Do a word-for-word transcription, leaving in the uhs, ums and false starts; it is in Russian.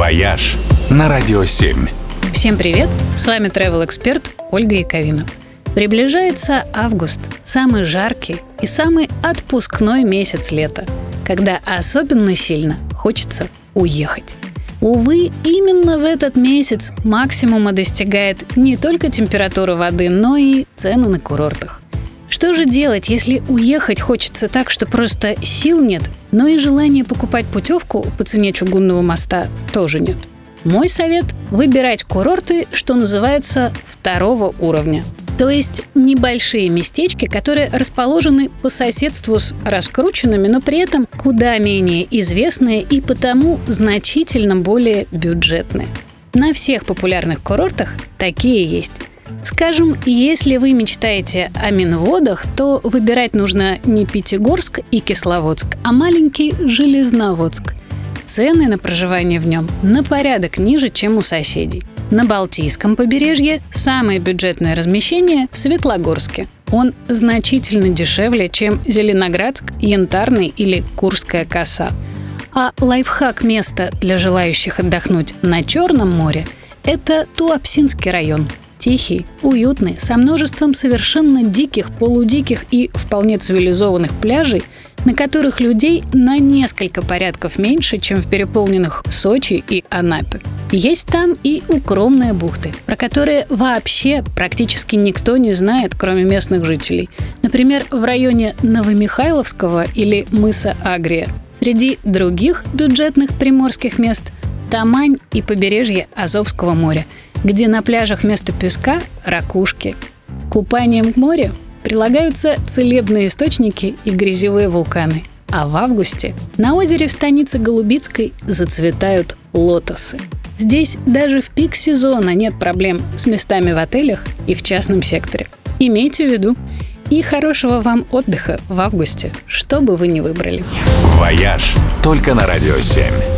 «Вояж» на Радио семь. Всем привет! С вами travel-эксперт Ольга Яковина. Приближается август, самый жаркий и самый отпускной месяц лета, когда особенно сильно хочется уехать. Увы, именно в этот месяц максимума достигает не только температура воды, но и цены на курортах. Что же делать, если уехать хочется так, что просто сил нет, но и желания покупать путевку по цене чугунного моста тоже нет? Мой совет – выбирать курорты, что называется, второго уровня. То есть небольшие местечки, которые расположены по соседству с раскрученными, но при этом куда менее известные и потому значительно более бюджетные. На всех популярных курортах такие есть. Скажем, если вы мечтаете о Минводах, то выбирать нужно не Пятигорск и Кисловодск, а маленький Железноводск. Цены на проживание в нем на порядок ниже, чем у соседей. На Балтийском побережье самое бюджетное размещение в Светлогорске. Он значительно дешевле, чем Зеленоградск, Янтарный или Курская коса. А лайфхак места для желающих отдохнуть на Черном море – это Туапсинский район. Тихий, уютный, со множеством совершенно диких, полудиких и вполне цивилизованных пляжей, на которых людей на несколько порядков меньше, чем в переполненных Сочи и Анапе. Есть там и укромные бухты, про которые вообще практически никто не знает, кроме местных жителей. Например, в районе Новомихайловского или мыса Агрия. Среди других бюджетных приморских мест – Тамань и побережье Азовского моря, где на пляжах вместо песка – ракушки. К купаниям в море прилагаются целебные источники и грязевые вулканы. А в августе на озере в станице Голубицкой зацветают лотосы. Здесь даже в пик сезона нет проблем с местами в отелях и в частном секторе. Имейте в виду. И хорошего вам отдыха в августе, что бы вы ни выбрали. «Вояж» только на Радио семь.